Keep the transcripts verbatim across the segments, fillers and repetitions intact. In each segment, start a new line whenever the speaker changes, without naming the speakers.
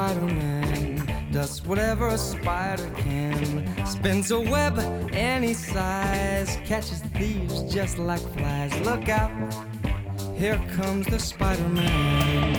Spider-Man does whatever a spider can, spins a web any size, catches thieves just like flies. Look out, here comes the Spider-Man.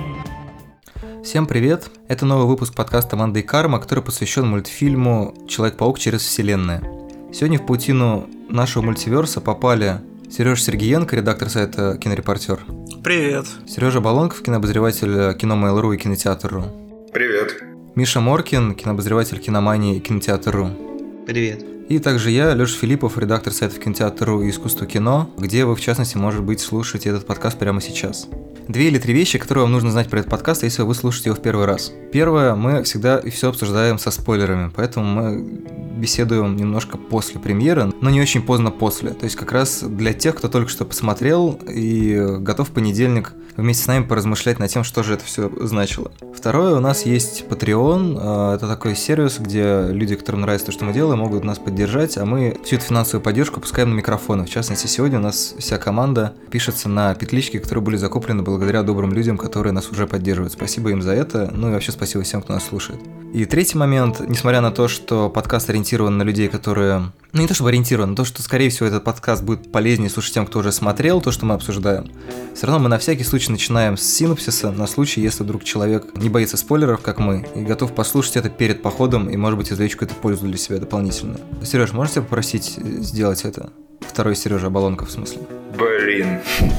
Всем привет! Это новый выпуск подкаста «Манда и карма», который посвящен мультфильму «Человек-паук через вселенные». Сегодня в паутину нашего мультиверса попали Сережа Сергеенко, редактор сайта «Кинорепортер».
Привет.
Сережа Балонков, кинообозреватель кино Mail.ru и Кинотеатр.ру.
Привет.
Миша Моркин, кинообозреватель киномании и Кинотеатр.ру.
Привет.
И также я, Лёша Филиппов, редактор сайтов Кинотеатр.ру и Искусство кино, где вы, в частности, может быть, слушаете этот подкаст прямо сейчас. Две или три вещи, которые вам нужно знать про этот подкаст, если вы слушаете его в первый раз. Первое, мы всегда и все обсуждаем со спойлерами, поэтому мы беседуем немножко после премьеры, но не очень поздно после. То есть как раз для тех, кто только что посмотрел и готов в понедельник вместе с нами поразмышлять над тем, что же это все значило. Второе, у нас есть Patreon. Это такой сервис, где люди, которым нравится то, что мы делаем, могут нас поддержать, а мы всю эту финансовую поддержку пускаем на микрофоны. В частности, сегодня у нас вся команда пишется на петлички, которые были закуплены благодаря добрым людям, которые нас уже поддерживают. Спасибо им за это, ну и вообще спасибо всем, кто нас слушает. И третий момент, несмотря на то, что подкаст ориентирован на людей, которые... Ну не то чтобы ориентирован, но то, что, скорее всего, этот подкаст будет полезнее слушать тем, кто уже смотрел то, что мы обсуждаем. Все равно мы на всякий случай начинаем с синопсиса, на случай, если вдруг человек не боится спойлеров, как мы, и готов послушать это перед походом и, может быть, извлечь какую-то пользу для себя дополнительную. Сереж, можешь тебя попросить сделать это? Второй Сережа Балонков, в смысле.
Блин.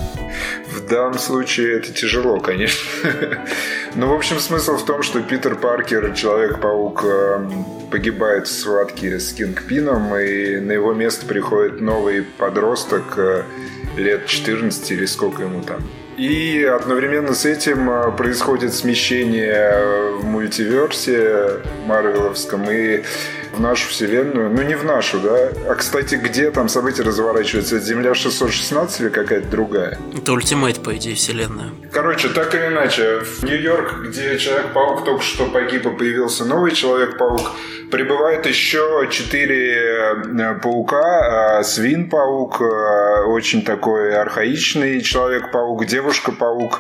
В данном случае это тяжело, конечно. Но, в общем, смысл в том, что Питер Паркер, Человек-паук, погибает в схватке с Кингпином, и на его место приходит новый подросток лет четырнадцать или сколько ему там. И одновременно с этим происходит смещение в мультиверсе марвеловском и в нашу вселенную. Ну, не в нашу, да? А, кстати, где там события разворачиваются? Земля шестьсот шестнадцать или какая-то другая?
Это ультимейт, по идее, вселенная.
Короче, так или иначе, в Нью-Йорк, где Человек-паук только что погиб и появился новый Человек-паук, прибывает еще четыре паука. Свин-паук, очень такой архаичный Человек-паук, Девушка-паук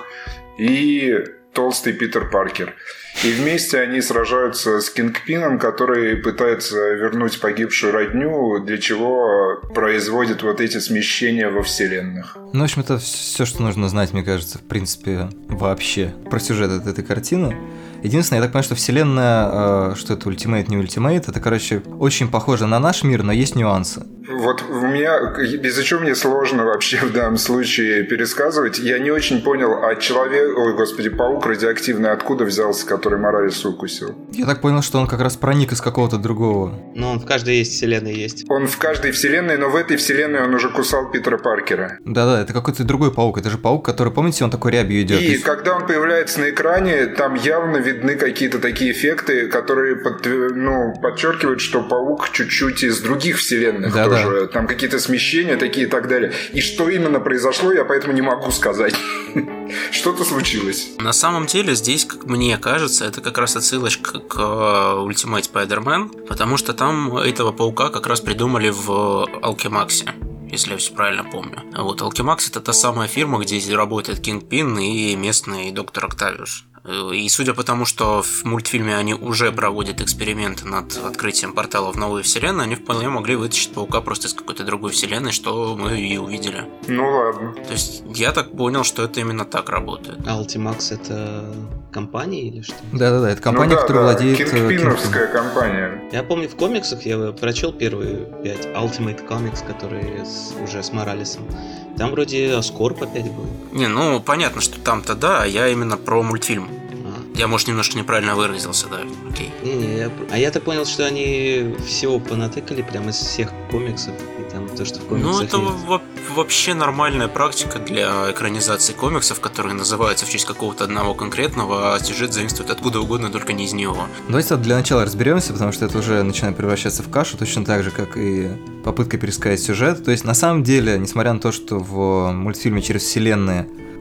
и толстый Питер Паркер. И вместе они сражаются с Кингпином, который пытается вернуть погибшую родню, для чего производит вот эти смещения во вселенных.
Ну, в общем, это все, что нужно знать, мне кажется, в принципе, вообще про сюжет этой картины. Единственное, я так понимаю, что вселенная, что это ультимейт, не ультимейт, это, короче, очень похоже на наш мир, но есть нюансы.
Вот у меня, из-за чего мне сложно вообще в данном случае пересказывать, я не очень понял, а человек, ой, господи, паук радиоактивный откуда взялся, который Моралеса укусил?
Я так понял, что он как раз проник из какого-то другого.
Ну, он в каждой есть вселенной есть.
Он в каждой вселенной, но в этой вселенной он уже кусал Питера Паркера.
Да-да, это какой-то другой паук, это же паук, который, помните, он такой рябью идет.
И есть... когда он появляется на экране, там явно видны какие-то такие эффекты, которые под, ну, подчеркивают, что паук чуть-чуть из других вселенных
да,
тоже.
Да.
Там какие-то смещения такие и так далее. И что именно произошло, я поэтому не могу сказать. Что-то случилось.
На самом деле, здесь, как мне кажется, это как раз отсылочка к Ultimate Spider-Man, потому что там этого паука как раз придумали в Алкемаксе, если я все правильно помню. Вот Алкемакс — это та самая фирма, где работает Кингпин и местный доктор Октавиус. И судя по тому, что в мультфильме они уже проводят эксперименты над открытием портала в новую вселенную, они вполне могли вытащить паука просто из какой-то другой вселенной, что мы и увидели.
Ну ладно.
То есть я так понял, что это именно так работает.
А Ultimax — это компания или что?
Да-да-да, это компания, ну, да, которая
да,
владеет...
Кингпиновская компания.
Я помню, в комиксах я прочел первые пять Ultimate Comics, которые с, уже с Моралесом. Там вроде Оскорб опять был.
Не, ну понятно, что там-то да, а я именно про мультфильм. Я, может, немножко неправильно выразился, да, окей.
Не-не, я... А я так понял, что они всего понатыкали прямо из всех комиксов, и там то, что в комиксах
Ну, это
есть.
в- вообще нормальная практика для экранизации комиксов, которые называются в честь какого-то одного конкретного, а сюжет заимствует откуда угодно, только не из него.
Давайте для начала разберемся, потому что это уже начинает превращаться в кашу, точно так же, как и попытка пересказать сюжет. То есть, на самом деле, несмотря на то, что в мультфильме «Через вселенные»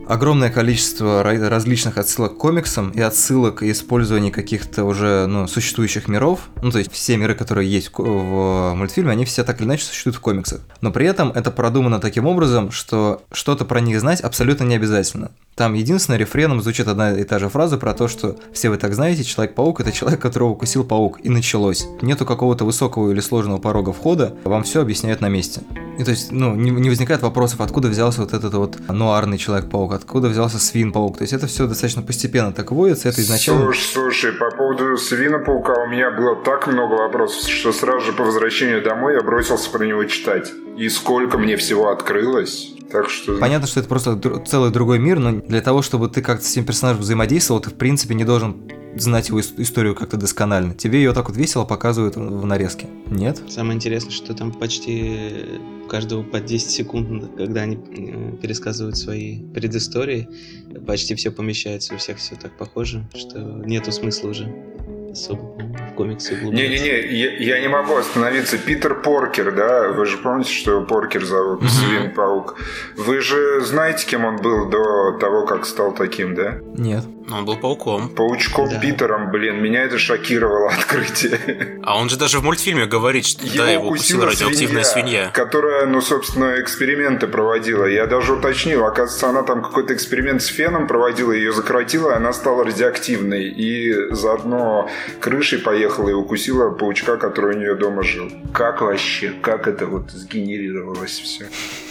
огромное количество различных отсылок к комиксам и отсылок и использования каких-то уже ну, существующих миров. Ну, то есть все миры, которые есть в мультфильме, они все так или иначе существуют в комиксах. Но при этом это продумано таким образом, что что-то про них знать абсолютно не обязательно. Там единственное рефреном звучит одна и та же фраза про то, что все вы так знаете, Человек-паук — это человек, которого укусил паук, и началось. Нету какого-то высокого или сложного порога входа, вам все объясняют на месте. И то есть, ну, не, не возникает вопросов, откуда взялся вот этот вот нуарный Человек-паук, откуда взялся Свин-паук. То есть это все достаточно постепенно так вводится, это изначально...
Слушай, слушай, по поводу Свина-паука у меня было так много вопросов, что сразу же по возвращению домой я бросился про него читать. И сколько мне всего открылось... Так что...
Понятно, что это просто целый другой мир, но для того, чтобы ты как-то с этим персонажем взаимодействовал, ты в принципе не должен знать его историю как-то досконально. Тебе ее так вот весело показывают в нарезке. Нет?
Самое интересное, что там почти каждого по десять секунд, когда они пересказывают свои предыстории, почти все помещается, у всех все так похоже, что нету смысла уже особо в комиксы углубляться.
Не-не-не, я, я не могу остановиться. Питер Поркер, да? Вы же помните, что его Поркер зовут? Mm-hmm. Свин-паук. Вы же знаете, кем он был до того, как стал таким, да?
Нет.
Он был пауком.
Паучком да. Питером, блин, меня это шокировало открытие.
А он же даже в мультфильме говорит, что его да, его укусила радиоактивная свинья, свинья.
Которая, ну, собственно, эксперименты проводила. Я даже уточнил, оказывается, она там какой-то эксперимент с феном проводила, ее закоротила, и она стала радиоактивной. И заодно крышей поехала и укусила паучка, который у нее дома жил. Как вообще? Как это вот сгенерировалось все?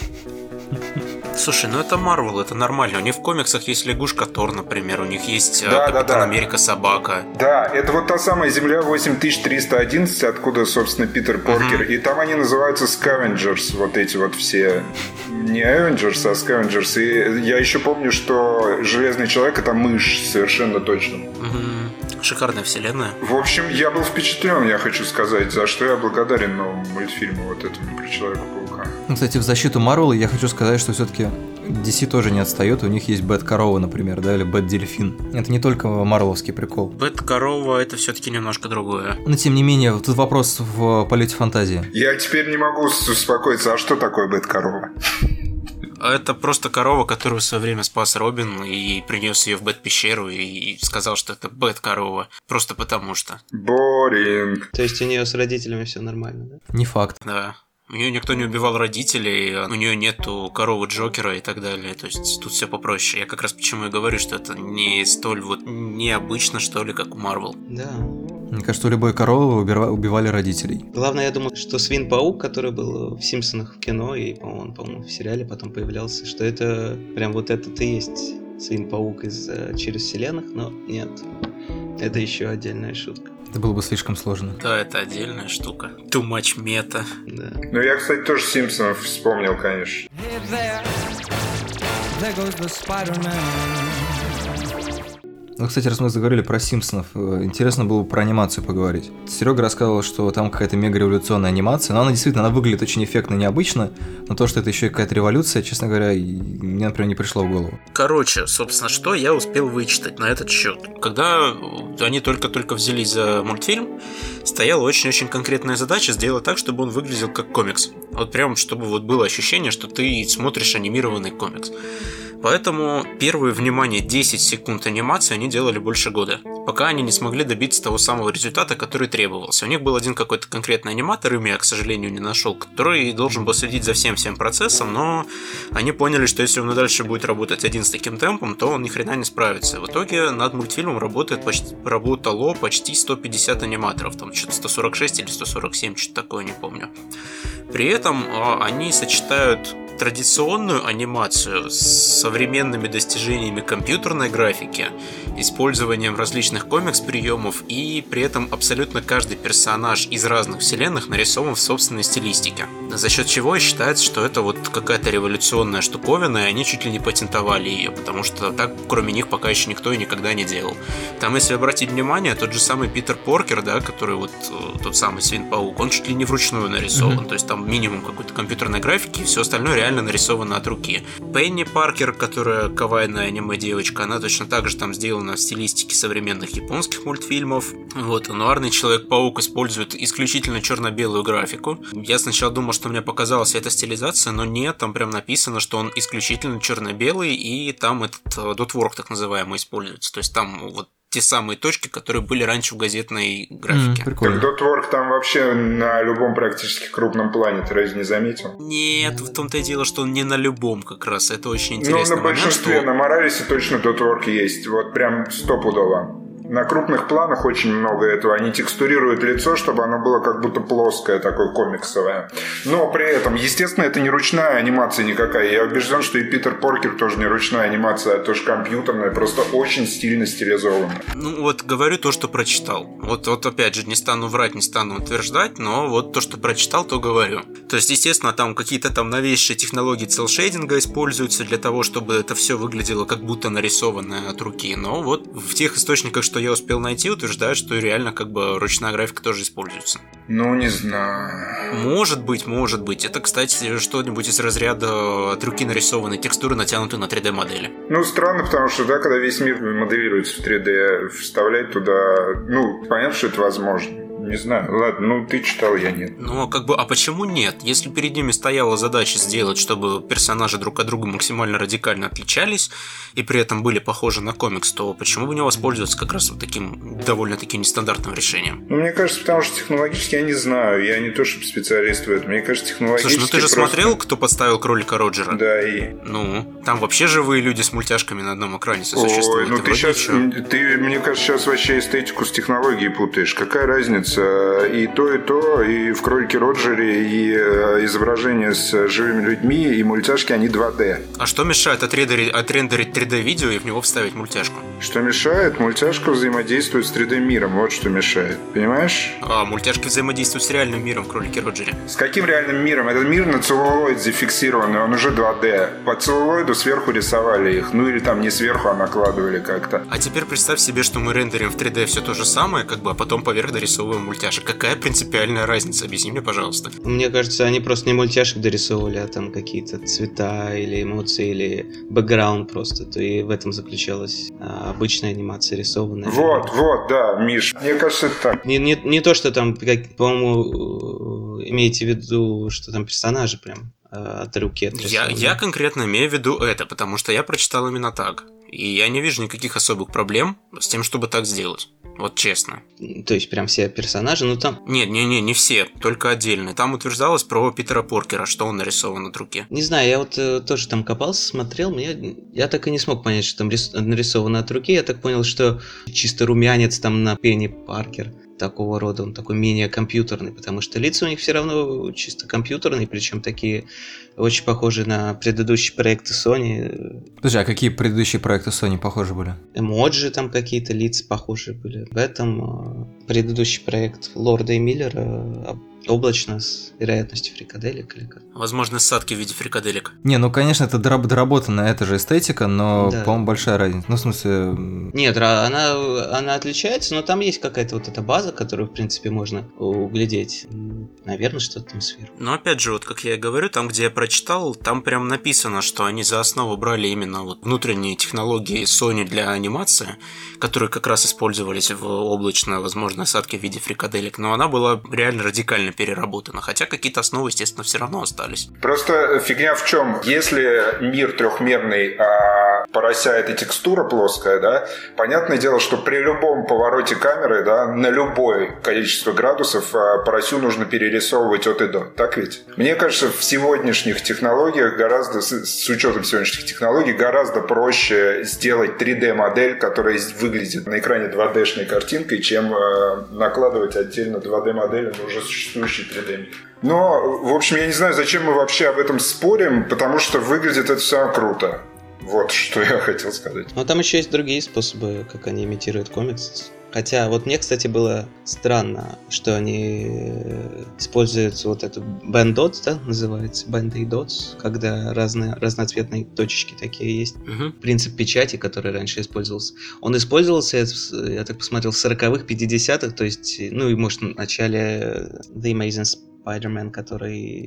Слушай, ну это Марвел, это нормально. У них в комиксах есть лягушка Тор, например. У них есть
да,
Капитан
да, да.
Америка собака.
Да, это вот та самая Земля восемь тысяч триста одиннадцать, откуда, собственно, Питер Поркер. Uh-huh. И там они называются Scavengers, вот эти вот все. Не Avengers, а Scavengers. И я еще помню, что Железный Человек — это мышь, совершенно точно.
Uh-huh. Шикарная вселенная.
В общем, я был впечатлен, я хочу сказать, за что я благодарен новому мультфильму вот этому про Человека-паука.
Ну, кстати, в защиту Марвела я хочу сказать, что все-таки ди си тоже не отстает. У них есть Бэт-корова, например, да, или Бэт-дельфин. Это не только марвеловский прикол.
Бэт-корова — это все-таки немножко другое.
Но тем не менее, тут вопрос в полете фантазии.
Я теперь не могу успокоиться. А что такое Бэт-корова?
Это просто корова, которую в свое время спас Робин и принес ее в Бэт-пещеру и сказал, что это Бэт-корова. Просто потому что.
Боринг.
То есть у нее с родителями все нормально, да?
Не факт.
Да. У нее никто не убивал родителей, у нее нету коровы Джокера и так далее. То есть тут все попроще. Я как раз почему и говорю, что это не столь вот необычно, что ли, как у Марвел.
Да.
Мне кажется, у любой коровы убивали родителей.
Главное, я думаю, что Свин-паук, который был в «Симпсонах» в кино, и, по-моему, он, по-моему, в сериале потом появлялся, что это прям вот этот и есть Свин-паук из «Через вселенных», но нет. Это еще отдельная шутка.
Это было бы слишком сложно.
Да, это отдельная штука. Too much meta.
Да.
Ну, я, кстати, тоже «Симпсонов» вспомнил, конечно.
Hey there, there goes the Spider-Man.
Ну, кстати, раз мы заговорили про Симпсонов, интересно было бы про анимацию поговорить. Серега рассказывал, что там какая-то мега-революционная анимация, но она действительно, она выглядит очень эффектно, необычно, но то, что это еще и какая-то революция, честно говоря, мне, например, не пришло в голову.
Короче, собственно, что я успел вычитать на этот счет. Когда они только-только взялись за мультфильм, стояла очень-очень конкретная задача сделать так, чтобы он выглядел как комикс. Вот прям, чтобы вот было ощущение, что ты смотришь анимированный комикс. Поэтому первые, внимание, десять секунд анимации они делали больше года, пока они не смогли добиться того самого результата, который требовался. У них был один какой-то конкретный аниматор, имя я, к сожалению, не нашел, который должен был следить за всем-всем процессом, но они поняли, что если он и дальше будет работать один с таким темпом, то он ни хрена не справится. В итоге над мультфильмом работает почти, работало почти сто пятьдесят аниматоров, там что-то сто сорок шесть или сто сорок семь, что-то такое, не помню. При этом они сочетают традиционную анимацию с современными достижениями компьютерной графики, использованием различных комикс-приемов, и при этом абсолютно каждый персонаж из разных вселенных нарисован в собственной стилистике. За счет чего считается, что это вот какая-то революционная штуковина, и они чуть ли не патентовали ее, потому что так, кроме них, пока еще никто и никогда не делал. Там, если обратить внимание, тот же самый Питер Поркер, да, который вот тот самый Свин-паук, он чуть ли не вручную нарисован, mm-hmm. то есть там минимум какой-то компьютерной графики, и все остальное реально нарисовано от руки. Пенни Паркер, которая кавайная аниме-девочка, она точно так же там сделана сделана в стилистике современных японских мультфильмов. Вот, нуарный Человек-паук использует исключительно черно-белую графику. Я сначала думал, что мне показалась эта стилизация, но нет, там прям написано, что он исключительно черно-белый, и там этот дотворк так называемый используется. То есть там вот те самые точки, которые были раньше в газетной графике.
Mm,
так дотворк там вообще на любом практически крупном плане, ты разве не заметил?
Нет, в том-то и дело, что он не на любом как раз. Это очень интересно.
Ну, на большинстве, что... на Моралесе точно дотворк есть. Вот прям стопудово. На крупных планах очень много этого. Они текстурируют лицо, чтобы оно было как будто плоское, такое комиксовое. Но при этом, естественно, это не ручная анимация никакая. Я убежден, что и Питер Поркер тоже не ручная анимация, а тоже компьютерная, просто очень стильно стилизована.
Ну вот говорю то, что прочитал. Вот, вот опять же, не стану врать, не стану утверждать, но вот то, что прочитал, то говорю. То есть, естественно, там какие-то там новейшие технологии цел-шейдинга используются для того, чтобы это все выглядело как будто нарисованное от руки. Но вот в тех источниках, что я успел найти, утверждают, что реально как бы ручная графика тоже используется.
Ну, не знаю.
Может быть, может быть. Это, кстати, что-нибудь из разряда от руки нарисованной текстуры, натянутой на три дэ-модели.
Ну, странно, потому что, да, когда весь мир моделируется в три дэ, вставлять туда... Ну, понятно, что это возможно. Не знаю, ладно, ну ты читал, я нет.
Ну, как бы, а почему нет? Если перед ними стояла задача сделать, чтобы персонажи друг от друга максимально радикально отличались и при этом были похожи на комикс, то почему бы не воспользоваться как раз вот таким довольно-таки нестандартным решением?
Ну, мне кажется, потому что технологически я не знаю, я не то чтобы специалист в этом, мне кажется, технологически...
Слушай, ну ты же
просто...
смотрел, кто подставил кролика Роджера?
Да, и...
Ну, там вообще живые люди с мультяшками на одном экране сосуществуют.
Ой, ну ты сейчас, ты, мне кажется, сейчас вообще эстетику с технологией путаешь. Какая разница? И то, и то, и в «Кролике Роджере», и изображения с живыми людьми, и мультяшки, они два дэ.
А что мешает отрендерить, отрендерить три дэ-видео и в него вставить мультяшку?
Что мешает? Мультяшка взаимодействует с три дэ-миром, вот что мешает. Понимаешь?
А, мультяшки взаимодействуют с реальным миром в «Кролике Роджере».
С каким реальным миром? Этот мир на целлулоид зафиксированный, он уже два дэ. По целлулоиду сверху рисовали их. Ну или там не сверху, а накладывали как-то.
А теперь представь себе, что мы рендерим в три дэ все то же самое, как бы, а потом поверх дорисовываем мультяшек. Какая принципиальная разница? Объясни мне, пожалуйста.
Мне кажется, они просто не мультяшек дорисовывали, а там какие-то цвета или эмоции, или бэкграунд просто. То и в этом заключалась а, обычная анимация рисованная.
Вот, вот, да, Миш. Мне кажется, это так.
Не, не, не то, что там, как, по-моему, имеете в виду, что там персонажи прям от руки
я, я конкретно имею в виду это, потому что я прочитал именно так. И я не вижу никаких особых проблем с тем, чтобы так сделать. Вот честно.
То есть прям все персонажи, ну там...
Нет, не, не, не все, только отдельные. Там утверждалось про Питера Поркера, что он нарисован от руки.
Не знаю, я вот э, тоже там копался, смотрел, мне... я так и не смог понять, что там рис... нарисовано от руки. Я так понял, что чисто румянец там на Пенни Паркер такого рода, он такой менее компьютерный, потому что лица у них все равно чисто компьютерные, причем такие очень похожие на предыдущие проекты Sony.
Подожди, а какие предыдущие проекты Sony похожи были?
Эмоджи там какие-то, лица похожие были. В этом э, предыдущий проект Лорда и Миллера облачно с вероятностью фрикаделек или как?
Возможно, ссадки в виде фрикаделек.
Не, ну, конечно, это доработанная, это же эстетика, но,
да.
По-моему, большая разница. Ну, в смысле...
Нет, она, она отличается, но там есть какая-то вот эта база, которую, в принципе, можно углядеть. Наверное, что-то там сверху.
Но, опять же, вот как я и говорю, там, где я прочитал, там прям написано, что они за основу брали именно вот внутренние технологии Sony для анимации, которые как раз использовались в облачно, возможно, осадке в виде фрикаделек, но она была реально радикально переработана, хотя какие-то основы, естественно, все равно остались.
Просто фигня в чем? Если мир трехмерный, а порося это текстура плоская, да, понятное дело, что при любом повороте камеры, да, на любое количество градусов поросю нужно перерисовывать от и до. Так ведь? Мне кажется, в сегодняшних технологиях гораздо, с, с учетом сегодняшних технологий, гораздо проще сделать три дэ-модель, которая выглядит на экране два дэ-шной картинкой, чем э, накладывать отдельно два дэ-модели на уже существующий три дэ. Но, в общем, я не знаю, зачем мы вообще об этом спорим, потому что выглядит это все круто. Вот что я хотел сказать.
Но там еще есть другие способы, как они имитируют комикс. Хотя вот мне, кстати, было странно, что они используют вот эту band dots, да, называется, band dots, когда разные, разноцветные точечки такие есть. Uh-huh. Принцип печати, который раньше использовался. Он использовался, я так посмотрел, в сороковых, пятидесятых, то есть, ну и может в начале The Amazing Spider-Man, который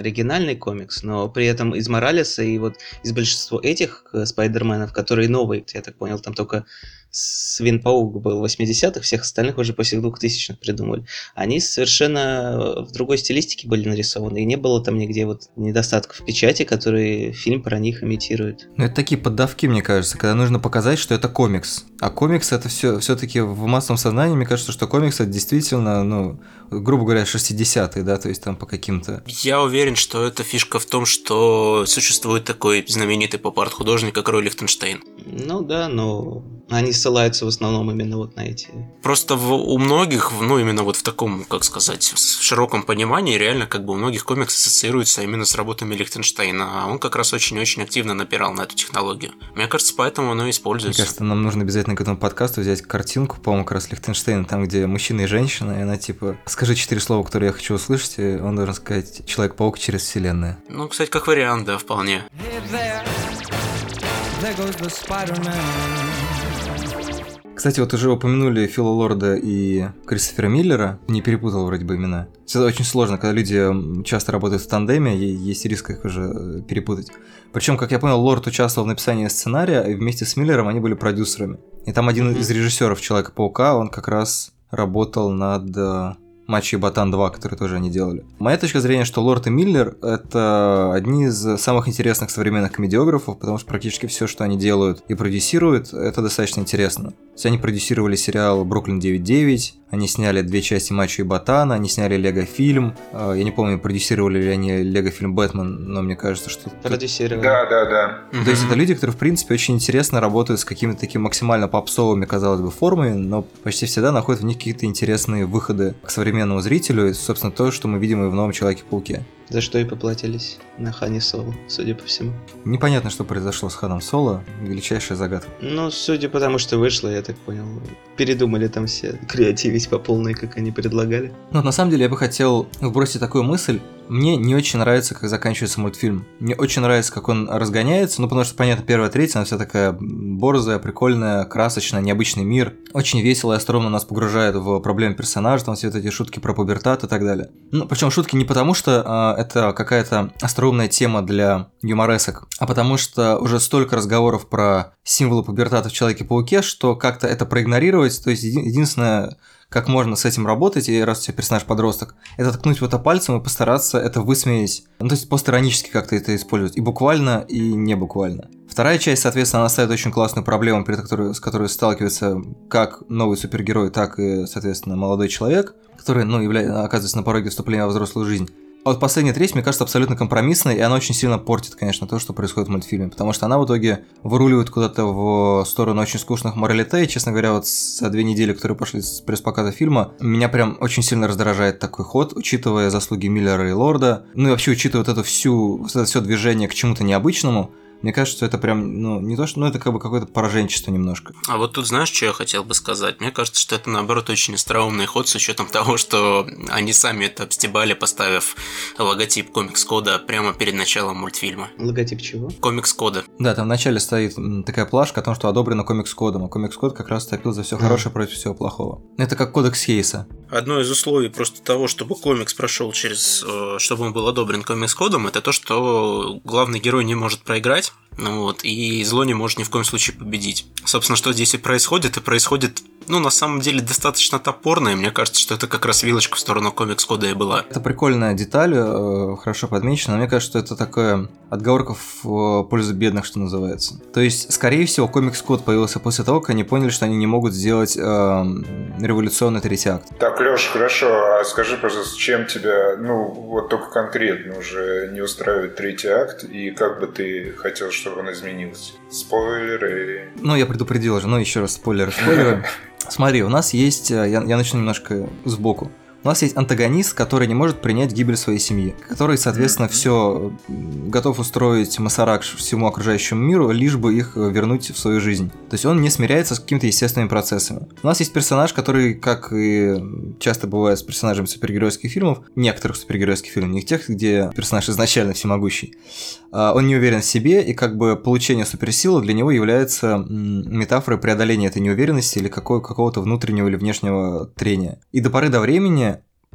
оригинальный комикс, но при этом из Моралеса и вот из большинства этих Спайдерменов, которые новые, я так понял, там только Свин-паук был в восьмидесятых, всех остальных уже после двухтысячных придумали. Они совершенно в другой стилистике были нарисованы, и не было там нигде вот недостатков в печати, которые фильм про них имитирует.
Ну, это такие поддавки, мне кажется, когда нужно показать, что это комикс. А комикс это все все-таки в массовом сознании, мне кажется, что комикс это действительно, ну, грубо говоря, шестидесятые, да, то есть там по каким-то...
Я уверен, что эта фишка в том, что существует такой знаменитый поп-арт художник, как Рой Лихтенштейн.
Ну да, но они ссылаются в основном именно вот на эти...
Просто в, у многих, ну именно вот в таком, как сказать, в широком понимании, реально как бы у многих комикс ассоциируется именно с работами Лихтенштейна, а он как раз очень-очень активно напирал на эту технологию. Мне кажется, поэтому оно и используется.
Мне кажется, нам нужно обязательно к этому подкасту взять картинку, по-моему, как раз Лихтенштейна, там, где мужчина и женщина, и она типа, скажи четыре слова, которые я хочу услышать, и он должен сказать Человек-паук через вселенную.
Ну, кстати, как вариант, да, вполне.
Hey there, there goes the Spider-Man.
Кстати, вот уже упомянули Фила Лорда и Кристофера Миллера, не перепутал вроде бы имена. Это очень сложно, когда люди часто работают в тандеме, есть риск их уже перепутать. Причем, как я понял, Лорд участвовал в написании сценария, и вместе с Миллером они были продюсерами. И там один из режиссеров Человека-паука, он как раз работал над Мачо и Ботан два, которые тоже они делали. Моя точка зрения, что Лорд и Миллер — это одни из самых интересных современных комедиографов, потому что практически все, что они делают и продюсируют, это достаточно интересно. То есть они продюсировали сериал «Бруклин девять девять», они сняли две части Мачо и Ботана, они сняли Лего-фильм. Я не помню, продюсировали ли они Лего-фильм «Бэтмен», но мне кажется, что...
Продюсировали.
Да, да, да.
То есть это люди, которые, в принципе, очень интересно работают с какими-то такими максимально попсовыми, казалось бы, формами, но почти всегда находят в них какие-то интересные выходы к современному зрителю, и, собственно, то, что мы видим и в новом Человеке-пауке.
За что и поплатились на Хане Соло, судя по всему.
Непонятно, что произошло с Ханом Соло, величайшая загадка.
Ну, судя по тому, что вышло, я так понял, передумали там все креативить по полной, как они предлагали.
Ну, на самом деле, я бы хотел вбросить такую мысль. Мне не очень нравится, как заканчивается мультфильм. Мне очень нравится, как он разгоняется, ну, потому что, понятно, первая треть, она вся такая борзая, прикольная, красочная, необычный мир. Очень весело и остроумно нас погружает в проблемы персонажа, там все вот эти шутки про пубертат и так далее. Ну, причем шутки не потому, что э, это какая-то остроумная тема для юморесок, а потому что уже столько разговоров про символы пубертата в Человеке-пауке, что как-то это проигнорировать, то есть еди- единственное... как можно с этим работать, и раз у тебя персонаж подросток, это ткнуть в это пальцем и постараться это высмеять, ну, то есть постиронически как-то это использовать, и буквально, и не буквально. Вторая часть, соответственно, она ставит очень классную проблему, перед которой, с которой сталкивается как новый супергерой, так и, соответственно, молодой человек, который, ну, является, оказывается на пороге вступления во взрослую жизнь. А вот последняя треть, мне кажется, абсолютно компромиссной, и она очень сильно портит, конечно, то, что происходит в мультфильме, потому что она в итоге выруливает куда-то в сторону очень скучных моралите, и, честно говоря, вот за две недели, которые пошли с пресс-показа фильма, меня прям очень сильно раздражает такой ход, учитывая заслуги Миллера и Лорда, ну и вообще учитывая вот это, всю, вот это все движение к чему-то необычному. Мне кажется, что это прям, ну, не то, что, ну, это как бы какое-то пораженчество немножко.
А вот тут знаешь, что я хотел бы сказать? Мне кажется, что это, наоборот, очень остроумный ход с учетом того, что они сами это обстебали, поставив логотип комикс-кода прямо перед началом мультфильма.
Логотип чего?
Комикс-кода.
Да, там вначале стоит такая плашка о том, что одобрено комикс-кодом, а комикс-код как раз топил за все mm. хорошее против всего плохого. Это как кодекс Хейса.
Одно из условий просто того, чтобы комикс прошел через... чтобы он был одобрен комикс-кодом, это то, что главный герой не может проиграть. Ну вот, и зло не может ни в коем случае победить. Собственно, что здесь и происходит, и происходит, ну, на самом деле, достаточно топорно, и мне кажется, что это как раз вилочка в сторону комикс-кода и была.
Это прикольная деталь, хорошо подмечена, но мне кажется, что это такая отговорка в пользу бедных, что называется. То есть, скорее всего, комикс-код появился после того, как они поняли, что они не могут сделать э, революционный третий акт.
Так, Лёш, хорошо, а скажи, пожалуйста, чем тебя, ну, вот только конкретно уже не устраивает третий акт, и как бы ты хотел, чтобы он изменился? Спойлеры.
Ну, я предупредил уже, но еще раз спойлеры, спойлеры. Смотри, у нас есть, я, я начну немножко сбоку. У нас есть антагонист, который не может принять гибель своей семьи, который, соответственно, mm-hmm. все готов устроить масарак всему окружающему миру, лишь бы их вернуть в свою жизнь. То есть он не смиряется с какими-то естественными процессами. У нас есть персонаж, который, как и часто бывает с персонажами супергеройских фильмов, некоторых супергеройских фильмов, не тех, где персонаж изначально всемогущий, он не уверен в себе, и как бы получение суперсилы для него является метафорой преодоления этой неуверенности или какого- какого-то внутреннего или внешнего трения. И до поры до времени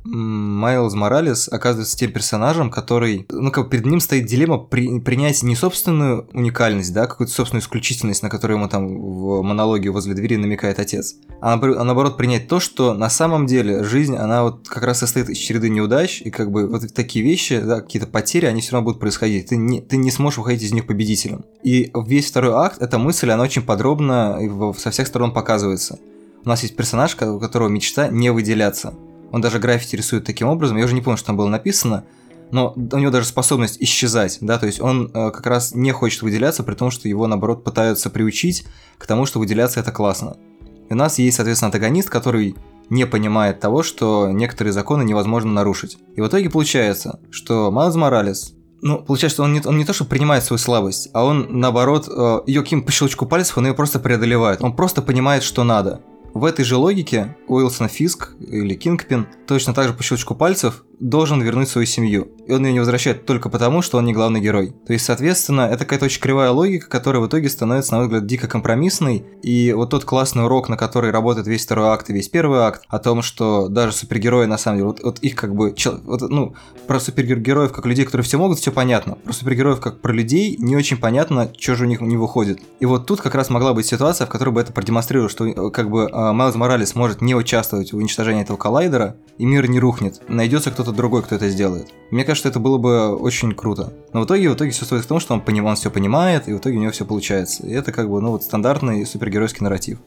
Майлз Моралес оказывается тем персонажем, который, ну, как бы перед ним стоит дилемма при, принять не собственную уникальность, да, какую-то собственную исключительность, на которую ему там в монологе возле двери намекает отец, а, а наоборот принять то, что на самом деле жизнь, она вот как раз состоит из череды неудач, и как бы вот такие вещи, да, какие-то потери, они все равно будут происходить, ты не, ты не сможешь выходить из них победителем. И весь второй акт, эта мысль, она очень подробно со всех сторон показывается. У нас есть персонаж, у которого мечта не выделяться. Он даже граффити рисует таким образом, я уже не помню, что там было написано, но у него даже способность исчезать, да, то есть он э, как раз не хочет выделяться, при том, что его, наоборот, пытаются приучить к тому, что выделяться это классно. И у нас есть, соответственно, антагонист, который не понимает того, что некоторые законы невозможно нарушить. И в итоге получается, что Майлз Моралес, ну, получается, что он не, он не то, что принимает свою слабость, а он, наоборот, э, ее каким-то по щелчку пальцев, он ее просто преодолевает. Он просто понимает, что надо. В этой же логике Уилсон Фиск или Кингпин точно так же по щелчку пальцев должен вернуть свою семью. И он ее не возвращает только потому, что он не главный герой. То есть, соответственно, это какая-то очень кривая логика, которая в итоге становится, на мой взгляд, дико компромиссной. И вот тот классный урок, на который работает весь второй акт и весь первый акт, о том, что даже супергерои, на самом деле, вот, вот их как бы... Вот, ну, про супергероев как людей, которые все могут, все понятно. Про супергероев как про людей не очень понятно, что же у них не выходит. И вот тут как раз могла быть ситуация, в которой бы это продемонстрировало, что как бы Майлз Моралес может не участвовать в уничтожении этого коллайдера, и мир не рухнет. Найдется кто-то другой, кто это сделает. Мне кажется, это было бы очень круто. Но в итоге, в итоге все стоит в том, что он, поним, он все понимает, и в итоге у него все получается. И это как бы, ну вот, стандартный супергеройский нарратив.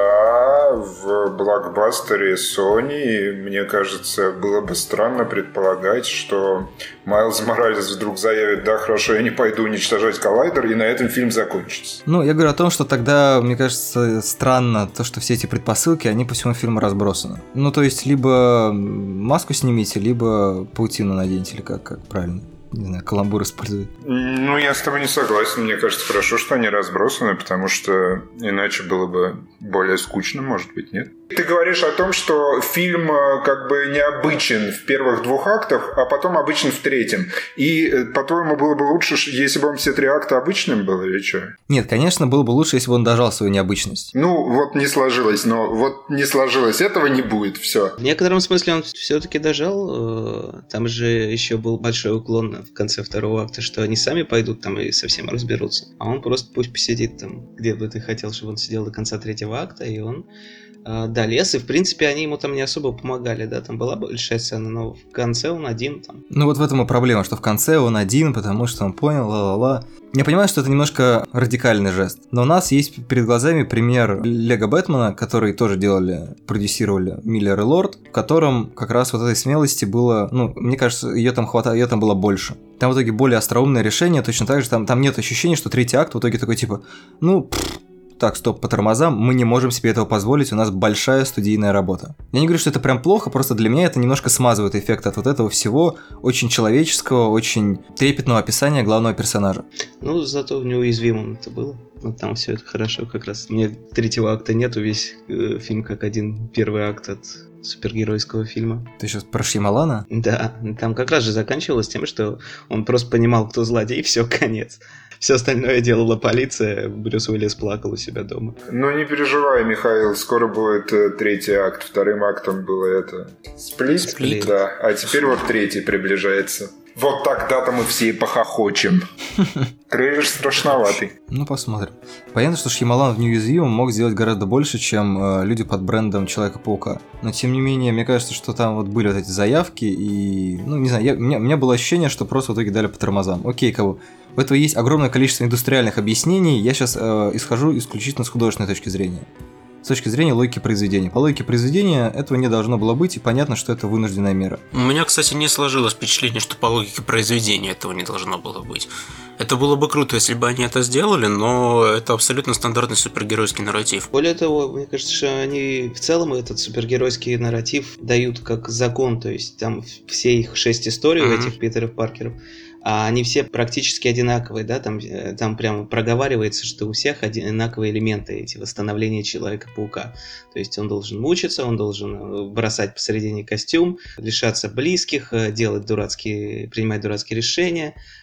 Да, в блокбастере Sony, мне кажется, было бы странно предполагать, что Майлз Моралес вдруг заявит: да, хорошо, я не пойду уничтожать коллайдер, и на этом фильм закончится.
Ну, я говорю о том, что тогда, мне кажется, странно то, что все эти предпосылки, они по всему фильму разбросаны. Ну, то есть, либо маску снимите, либо паутину наденьте, или как, как правильно. Не знаю, каламбур использует.
Ну, я с тобой не согласен. Мне кажется, хорошо, что они разбросаны, потому что иначе было бы более скучно, может быть, нет? Ты говоришь о том, что фильм как бы необычен в первых двух актах, а потом обычен в третьем. И, по-твоему, было бы лучше, если бы он все три акта обычным был, или что?
Нет, конечно, было бы лучше, если бы он дожал свою необычность.
Ну, вот не сложилось, но вот не сложилось, этого не будет, все.
В некотором смысле он все-таки дожал. Там же еще был большой уклон в конце второго акта, что они сами пойдут там и совсем разберутся. А он просто пусть посидит там, где бы ты хотел, чтобы он сидел до конца третьего акта, и он э, долез. И, в принципе, они ему там не особо помогали, да, там была большая сцена, но в конце он один там.
Ну вот в этом и проблема, что в конце он один, потому что он понял, ла-ла-ла. Я понимаю, что это немножко радикальный жест, но у нас есть перед глазами пример Лего Бэтмена, который тоже делали, продюсировали Миллер и Лорд, в котором как раз вот этой смелости было, ну, мне кажется, ее там хватало, ее там было больше. Там в итоге более остроумное решение, точно так же, там, там нет ощущения, что третий акт в итоге такой типа, ну, пфф, так, стоп, по тормозам, мы не можем себе этого позволить, у нас большая студийная работа. Я не говорю, что это прям плохо, просто для меня это немножко смазывает эффект от вот этого всего очень человеческого, очень трепетного описания главного персонажа.
Ну, зато в неуязвимом это было. Вот там все это хорошо как раз. Мне третьего акта нету, весь э, фильм как один первый акт от супергеройского фильма.
Ты сейчас про Шьямалана?
Да, там как раз же заканчивалось тем, что он просто понимал, кто злодей, и все, конец. Все остальное делала полиция, Брюс Уиллис плакал у себя дома.
Ну не переживай, Михаил, скоро будет э, третий акт. Вторым актом было это... Сплит?
Сплит.
Да, а теперь вот третий приближается. Вот тогда-то мы все и похохочем. Трейлер страшноватый.
Ну, посмотрим. Понятно, что Шьямалан в «Неуязвимом» мог сделать гораздо больше, чем э, люди под брендом Человека-паука. Но, тем не менее, мне кажется, что там вот были вот эти заявки, и, ну, не знаю, я, у, меня, у меня было ощущение, что просто в итоге дали по тормозам. Окей, кого? У этого есть огромное количество индустриальных объяснений, я сейчас э, исхожу исключительно с художественной точки зрения. С точки зрения логики произведения. По логике произведения этого не должно было быть, и понятно, что это вынужденная мера.
У меня, кстати, не сложилось впечатление, что по логике произведения этого не должно было быть. Это было бы круто, если бы они это сделали, но это абсолютно стандартный супергеройский нарратив.
Более того, мне кажется, что они в целом этот супергеройский нарратив дают как закон, то есть там все их шесть историй mm-hmm. у этих Питеров Паркеров, а они все практически одинаковые, да, там, там прямо проговаривается, что у всех одинаковые элементы эти восстановления Человека-паука. То есть он должен мучиться, он должен бросать посередине костюм, лишаться близких, делать дурацкие, принимать дурацкие решения,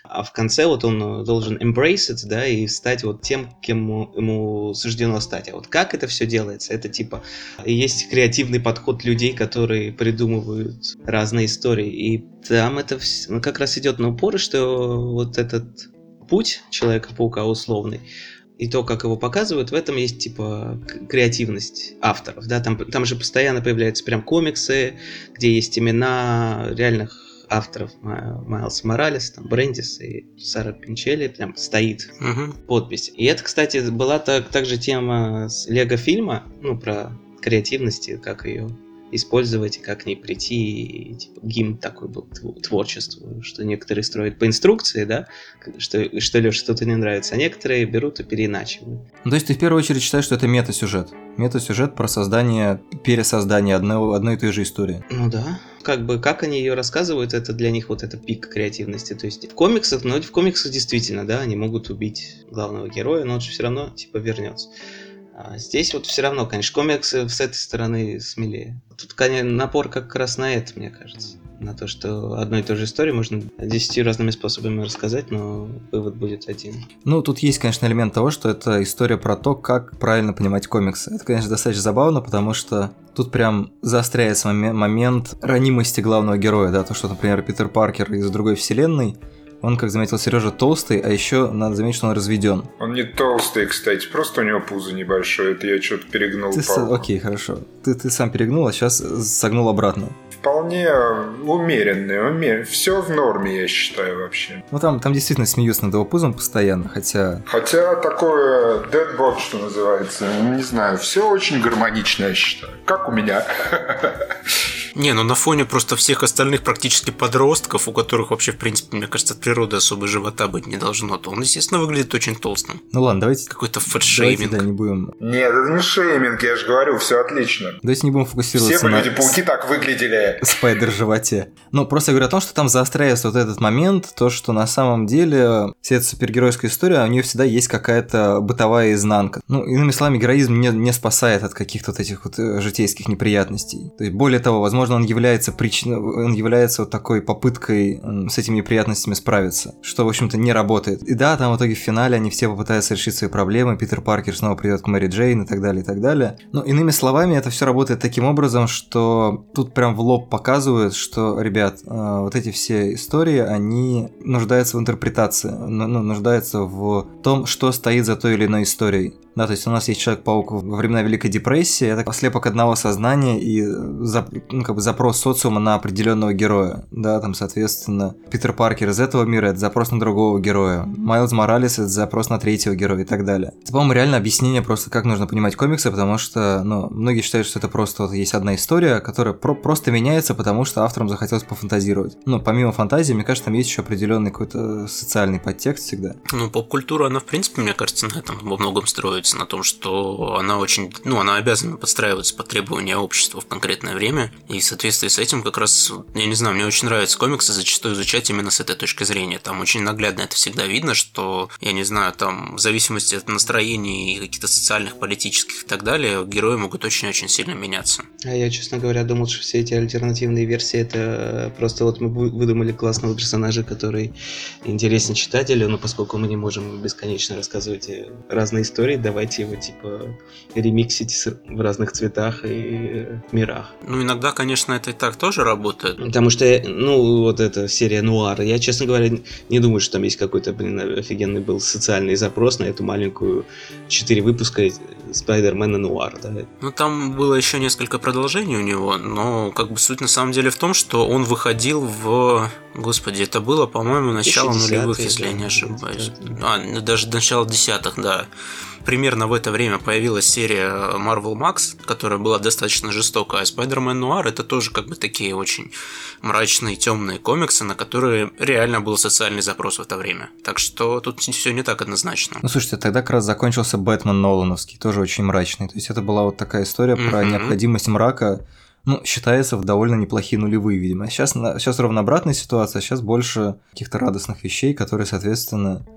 а в конце вот он должен embrace it, да, и стать вот тем, кем ему, ему суждено стать. А вот как это все делается? Это типа есть креативный подход людей, которые придумывают разные истории, и там это ну, как раз идет на упор, что вот этот путь Человека-паука условный, и то, как его показывают, в этом есть, типа, креативность авторов, да, там, там же постоянно появляются прям комиксы, где есть имена реальных авторов, Майлса Моралес, там, Брендис и Сара Пинчелли, прям стоит
угу.
подпись. И это, кстати, была так, также тема с Лего-фильма, ну, про креативность, как ее использовать, и как к ней прийти, и, типа, гимн такой был творчеству, что некоторые строят по инструкции, да, что, что Лёше что-то не нравится, а некоторые берут и переиначивают.
Ну, то есть ты в первую очередь считаешь, что это мета-сюжет? Мета-сюжет про создание, пересоздание одной, одной и той же истории?
Ну да. Как бы, как они ее рассказывают, это для них вот это пик креативности. То есть в комиксах, ну, в комиксах действительно, да, они могут убить главного героя, но он же все равно, типа, вернется. А здесь вот все равно, конечно, комиксы с этой стороны смелее. Тут, конечно, напор как раз на это, мне кажется. На то, что одной и той же истории можно десятью разными способами рассказать, но вывод будет один.
Ну, тут есть, конечно, элемент того, что это история про то, как правильно понимать комиксы. Это, конечно, достаточно забавно, потому что тут прям заостряется момент ранимости главного героя, да, то, что, например, Питер Паркер из другой вселенной, он, как заметил Сережа, толстый, а еще надо заметить, что он разведен.
Он не толстый, кстати, просто у него пузо небольшое, это я что-то перегнул
ты
палку.
С... Окей, хорошо. Ты, ты сам перегнул, а сейчас согнул обратно.
Вполне умеренный, умеренный. Все в норме, я считаю, вообще.
Ну, там, там действительно смеются над его пузом постоянно, хотя...
Хотя такое deadbot, что называется, не знаю, все очень гармонично, я считаю. Как у меня.
Не, ну на фоне просто всех остальных практически подростков, у которых вообще, в принципе, мне кажется, от природы особо живота быть не должно, то он, естественно, выглядит очень толстым.
Ну ладно, давайте...
Какой-то фэтшейминг.
Давайте, да, не будем...
Нет, это не шейминг, я же говорю, все отлично.
Давайте не будем фокусироваться
Все
на...
бы люди-пауки так выглядели.
Спайдер-животе. Ну, просто я говорю о том, что там заостряется вот этот момент, то, что на самом деле вся эта супергеройская история, у нее всегда есть какая-то бытовая изнанка. Ну, иными словами, героизм не, не спасает от каких-то вот этих вот житейских неприятностей. То есть, более того, возможно, он является причиной, он является вот такой попыткой с этими неприятностями справиться, что, в общем-то, не работает. И да, там в итоге в финале они все попытаются решить свои проблемы, Питер Паркер снова придет к Мэри Джейн и так далее, и так далее. Но, иными словами, это все работает таким образом, что тут прям в лоб показывают, что, ребят, вот эти все истории, они нуждаются в интерпретации, ну, нуждаются в том, что стоит за той или иной историей. Да, то есть у нас есть Человек-паук во времена Великой депрессии, это слепок одного сознания и ну, как бы запрос социума на определенного героя. Да, там, соответственно, Питер Паркер из этого мира — это запрос на другого героя. Майлз Моралес — это запрос на третьего героя и так далее. Это, по-моему, реально объяснение просто, как нужно понимать комиксы, потому что, ну, многие считают, что это просто вот есть одна история, которая про- просто меняется, потому что авторам захотелось пофантазировать. Ну, помимо фантазии, мне кажется, там есть еще определенный какой-то социальный подтекст всегда.
Ну, поп-культура, она, в принципе, мне кажется, на этом во многом строится, на том, что она очень, ну, она обязана подстраиваться под требования общества в конкретное время, и в соответствии с этим как раз, я не знаю, мне очень нравятся комиксы зачастую изучать именно с этой точки зрения. Там очень наглядно это всегда видно, что, я не знаю, там в зависимости от настроений и каких-то социальных, политических и так далее, герои могут очень-очень сильно меняться.
А я, честно говоря, думал, что все эти альтернативные версии — это просто вот мы выдумали классного персонажа, который интересен читателю, но поскольку мы не можем бесконечно рассказывать разные истории, давайте его типа ремиксить в разных цветах и мирах.
Ну, иногда, конечно, это и так тоже работает.
Потому что, ну, вот эта серия нуар, я, честно говоря, не думаю, что там есть какой-то, блин, офигенный был социальный запрос на эту маленькую четыре выпуска Спайдермена нуар, да.
Ну, там было еще несколько продолжений у него, но как бы суть на самом деле в том, что он выходил в... Господи, это было, по-моему, начало нулевых, если я не ошибаюсь. А, даже начало десятых, да. Примерно в это время появилась серия Marvel Max, которая была достаточно жестокая, а Spider-Man Noir — это тоже как бы такие очень мрачные, темные комиксы, на которые реально был социальный запрос в это время. Так что тут все не так однозначно.
Ну, слушайте, тогда как раз закончился Бэтмен Нолановский, тоже очень мрачный. То есть это была вот такая история mm-hmm. про необходимость мрака. Ну, считается в довольно неплохие нулевые, видимо. Сейчас, сейчас ровно обратная ситуация, сейчас больше каких-то радостных вещей, которые, соответственно,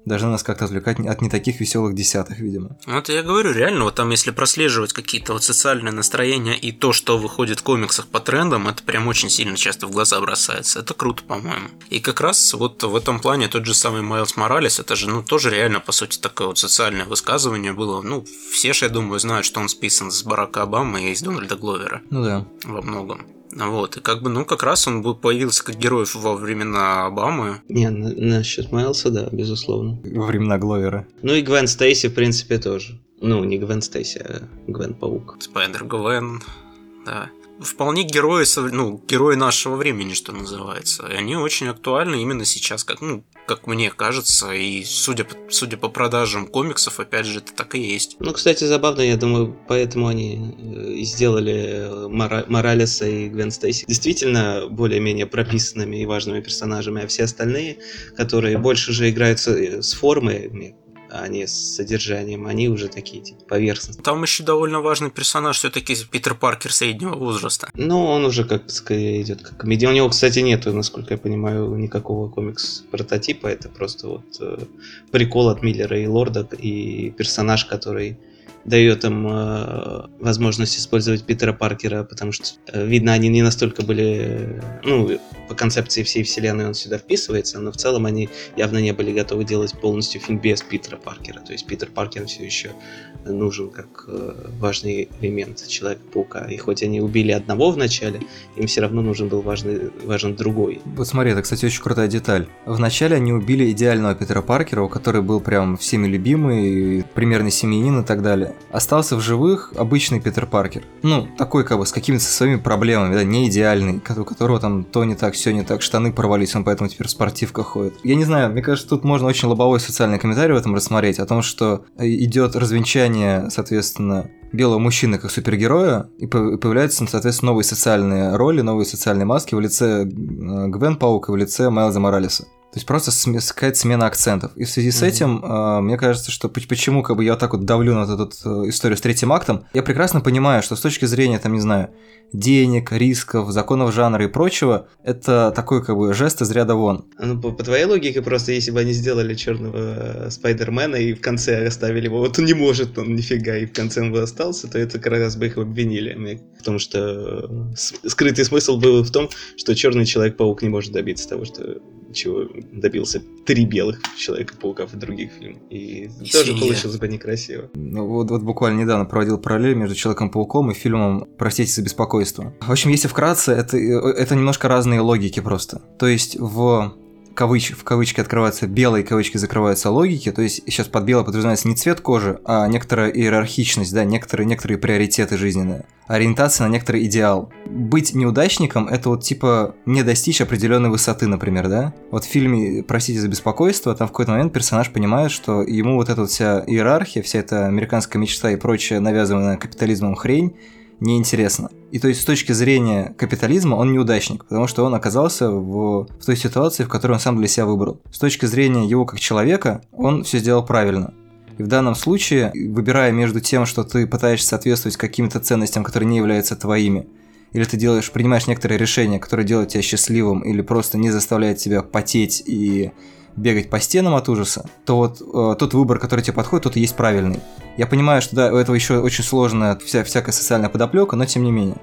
должны нас как-то отвлекать от не таких веселых десятых, видимо.
Ну, это я говорю, реально, вот там если прослеживать какие-то вот социальные настроения и то, что выходит в комиксах по трендам, это прям очень сильно часто в глаза бросается. Это круто, по-моему. И как раз вот в этом плане тот же самый Майлз Моралес, это же, ну, тоже реально, по сути, такое вот социальное высказывание было. Ну, все же, я думаю, знают, что он списан с Барака Обамы и из Дональда Гловера.
Ну да.
Во многом. Вот, и как бы, ну, как раз он появился как герой во времена Обамы.
Не, на- насчет Майлса, да, безусловно.
Во времена Гловера.
Ну и Гвен Стейси, в принципе, тоже. Ну, не Гвен Стейси, а Гвен Паук.
Спайдер-Гвен, да. Вполне герои, ну, герои нашего времени, что называется. И они очень актуальны именно сейчас, как, ну, как мне кажется, и судя, судя по продажам комиксов, опять же, это так и есть.
Ну, кстати, забавно, я думаю, поэтому они и сделали Мора- Моралеса и Гвен Стейси действительно более-менее прописанными и важными персонажами, а все остальные, которые больше же играются с формой, а не с содержанием, они уже такие, типа, поверхностные.
Там еще довольно важный персонаж, все-таки Питер Паркер среднего возраста.
Ну, он уже как скорее идет как комедия. У него, кстати, нету, насколько я понимаю, никакого комикс-прототипа. Это просто вот э, прикол от Миллера и Лорда и персонаж, который дает им э, возможность использовать Питера Паркера, потому что, э, видно, они не настолько были, ну, по концепции всей вселенной он сюда вписывается, но в целом они явно не были готовы делать полностью фильм без Питера Паркера. То есть Питер Паркер все еще нужен как э, важный элемент Человека-паука. И хоть они убили одного в начале, им все равно нужен был важный, важен другой.
Вот смотри, это, кстати, очень крутая деталь. Вначале они убили идеального Питера Паркера, который был прям всеми любимый, примерный семьянин и так далее. Остался в живых обычный Питер Паркер. Ну, такой как бы с какими-то своими проблемами, да, не идеальный, у которого там то не так, все не так, штаны порвались, он поэтому теперь в спортивках ходит. Я не знаю, мне кажется, тут можно очень лобовой социальный комментарий в этом рассмотреть, о том, что идет развенчание, соответственно, белого мужчины как супергероя, и появляются, соответственно, новые социальные роли, новые социальные маски в лице Гвен Паук и в лице Майлза Моралеса. То есть просто см- какая-то смена акцентов. И в связи с mm-hmm. этим, э, мне кажется, что почему как бы я вот так вот давлю на эту, эту историю с третьим актом, я прекрасно понимаю, что с точки зрения, там, не знаю, денег, рисков, законов жанра и прочего, это такой как бы жест из ряда вон.
Ну, по, по твоей логике, просто если бы они сделали черного Спайдермена и в конце оставили его, вот он не может, он нифига, и в конце он бы остался, то это как раз бы их обвинили. Потому что скрытый смысл был в том, что черный Человек-паук не может добиться того, что чего добился три белых Человека-пауков в других фильмах. И, и тоже семья. Получилось бы некрасиво.
Ну, вот, вот буквально недавно проводил параллель между Человеком-пауком и фильмом «Простите за беспокойство». В общем, если вкратце, это, это немножко разные логики просто. То есть в... Кавыч, в кавычки открываются белые, кавычки закрываются логики, то есть сейчас под белое подразумевается не цвет кожи, а некоторая иерархичность, да, некоторые, некоторые приоритеты жизненные, ориентация на некоторый идеал. Быть неудачником – это вот типа не достичь определенной высоты, например, да? Вот в фильме «Простите за беспокойство» там в какой-то момент персонаж понимает, что ему вот эта вот вся иерархия, вся эта американская мечта и прочая навязанная капитализмом хрень неинтересно. И то есть с точки зрения капитализма он неудачник, потому что он оказался в, в той ситуации, в которой он сам для себя выбрал. С точки зрения его как человека, он все сделал правильно. И в данном случае, выбирая между тем, что ты пытаешься соответствовать каким-то ценностям, которые не являются твоими, или ты делаешь, принимаешь некоторые решения, которые делают тебя счастливым, или просто не заставляют тебя потеть и бегать по стенам от ужаса, то вот э, тот выбор, который тебе подходит, тот и есть правильный. Я понимаю, что да, у этого еще очень сложная вся, всякая социальная подоплека, но тем не менее.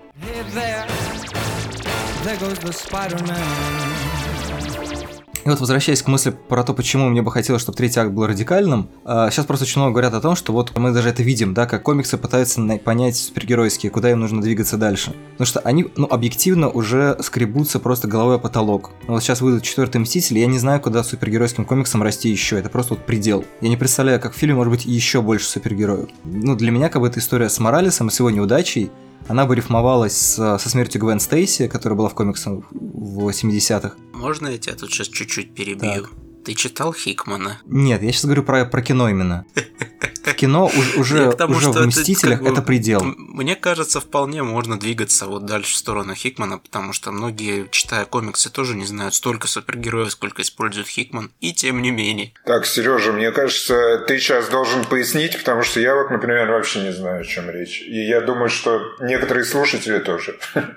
И вот возвращаясь к мысли про то, почему мне бы хотелось, чтобы третий акт был радикальным, сейчас просто очень много говорят о том, что вот мы даже это видим, да, как комиксы пытаются понять супергеройские, куда им нужно двигаться дальше. Потому что они, ну, объективно уже скребутся просто головой о потолок. Вот сейчас выйдут четвертый Мститель, я не знаю, куда супергеройским комиксам расти еще, это просто вот предел. Я не представляю, как в фильме может быть еще больше супергероев. Ну, для меня как бы эта история с Моралесом и с его неудачей, она бы рифмовалась с, со смертью Гвен Стейси, которая была в комиксах в семидесятых.
Можно я тебя тут сейчас чуть-чуть перебью?
Так.
Ты читал Хикмана?
Нет, я сейчас говорю про, про кино именно. кино уже, уже, тому, уже в «Мстителях» это, как бы, это предел.
Мне кажется, вполне можно двигаться вот дальше в сторону Хикмана, потому что многие, читая комиксы, тоже не знают столько супергероев, сколько использует Хикман, и тем не менее.
Так, Сережа, мне кажется, ты сейчас должен пояснить, потому что я вот, например, вообще не знаю, о чем речь. И я думаю, что некоторые слушатели тоже.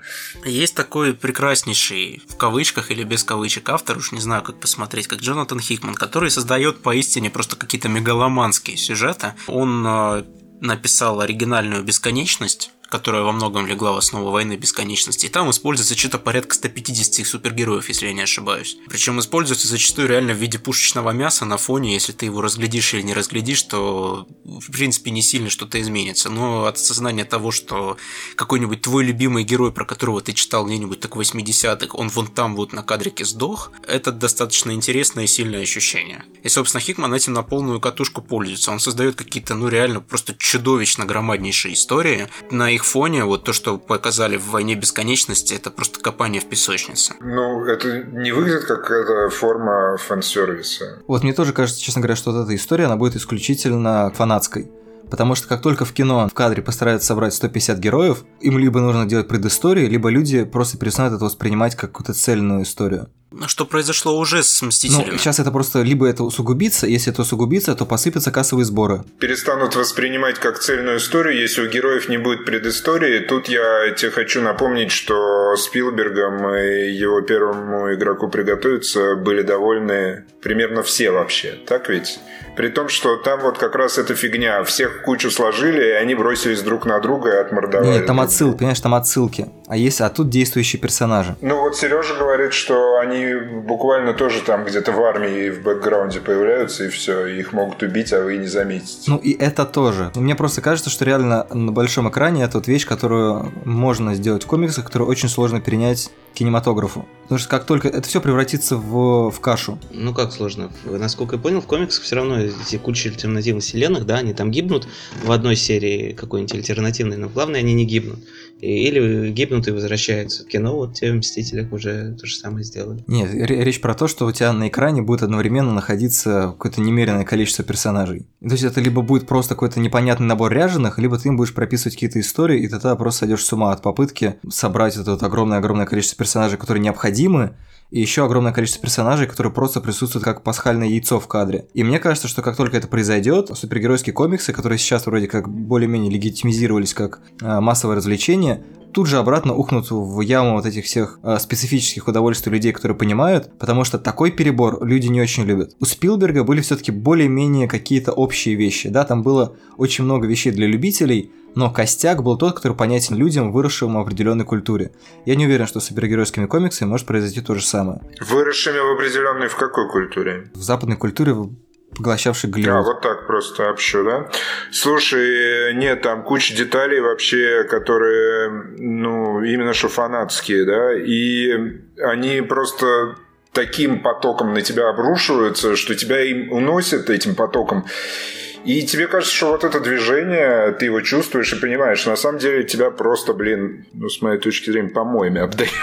Есть такой прекраснейший, в кавычках или без кавычек, автор, уж не знаю, как посмотреть, как Джонатан Хикман, который создает поистине просто какие-то мегаломанские сюжеты. Он э, написал оригинальную «Бесконечность», которая во многом легла в основу «Войны бесконечности», и там используется что-то порядка сто пятьдесят супергероев, если я не ошибаюсь. Причем используется зачастую реально в виде пушечного мяса на фоне, если ты его разглядишь или не разглядишь, то в принципе не сильно что-то изменится. Но от осознания того, что какой-нибудь твой любимый герой, про которого ты читал где-нибудь так в восьмидесятых, он вон там вот на кадрике сдох, это достаточно интересное и сильное ощущение. И, собственно, Хикман этим на полную катушку пользуется. Он создает какие-то, ну реально, просто чудовищно громаднейшие истории. На их фоне вот то, что показали в «Войне бесконечности», это просто копание в песочнице.
Ну, это не выглядит как какая-то форма фан-сервиса.
Вот мне тоже кажется, честно говоря, что вот эта история, она будет исключительно фанатской. Потому что как только в кино в кадре постараются собрать сто пятьдесят героев, им либо нужно делать предысторию, либо люди просто перестанут это воспринимать как какую-то цельную историю.
Что произошло уже с «Мстителями».
Ну, сейчас это просто либо это усугубится, если это усугубится, то посыпятся кассовые сборы.
Перестанут воспринимать как цельную историю, если у героев не будет предыстории. Тут я тебе хочу напомнить, что Спилбергом и его первому игроку приготовиться были довольны примерно все вообще. Так ведь? При том, что там вот как раз эта фигня. Всех в кучу сложили, и они бросились друг на друга и отмордовали.
Нет, там отсылки, понимаешь, там отсылки. А есть, а тут действующие персонажи.
Ну вот Сережа говорит, что они буквально тоже там где-то в армии в бэкграунде появляются, и все, их могут убить, а вы не заметите.
Ну и это тоже. Мне просто кажется, что реально на большом экране это вот вещь, которую можно сделать в комиксах, которую очень сложно перенять кинематографу. Потому что как только это все превратится в, в кашу.
Ну как сложно? Насколько я понял, в комиксах все равно эти куча альтернативных вселенных, да, они там гибнут в одной серии какой-нибудь альтернативной, но главное, они не гибнут. Или гибнут и возвращаются. В кино вот те в «Мстителях» уже то же самое сделали.
Нет, речь про то, что у тебя на экране будет одновременно находиться какое-то немеренное количество персонажей. То есть это либо будет просто какой-то непонятный набор ряженых, либо ты им будешь прописывать какие-то истории, и ты тогда просто сойдешь с ума от попытки собрать это вот огромное-огромное количество персонажей, которые необходимы, и еще огромное количество персонажей, которые просто присутствуют как пасхальное яйцо в кадре. И мне кажется, что как только это произойдет, супергеройские комиксы, которые сейчас вроде как более-менее легитимизировались как э, массовое развлечение, тут же обратно ухнут в яму вот этих всех э, специфических удовольствий людей, которые понимают, потому что такой перебор люди не очень любят. У Спилберга были все-таки более-менее какие-то общие вещи, да, там было очень много вещей для любителей, но костяк был тот, который понятен людям, выросшим в определенной культуре. Я не уверен, что с супергеройскими комиксами может произойти то же самое.
Выросшими в определенной в какой культуре?
В западной культуре, поглощавший Голливуд.
А, вот так просто общо, да? Слушай, нет, там куча деталей вообще, которые, ну, именно что фанатские, да, и они просто таким потоком на тебя обрушиваются, что тебя им уносят этим потоком. И тебе кажется, что вот это движение, ты его чувствуешь и понимаешь, на самом деле тебя просто, блин, ну, с моей точки зрения, помоями обдает.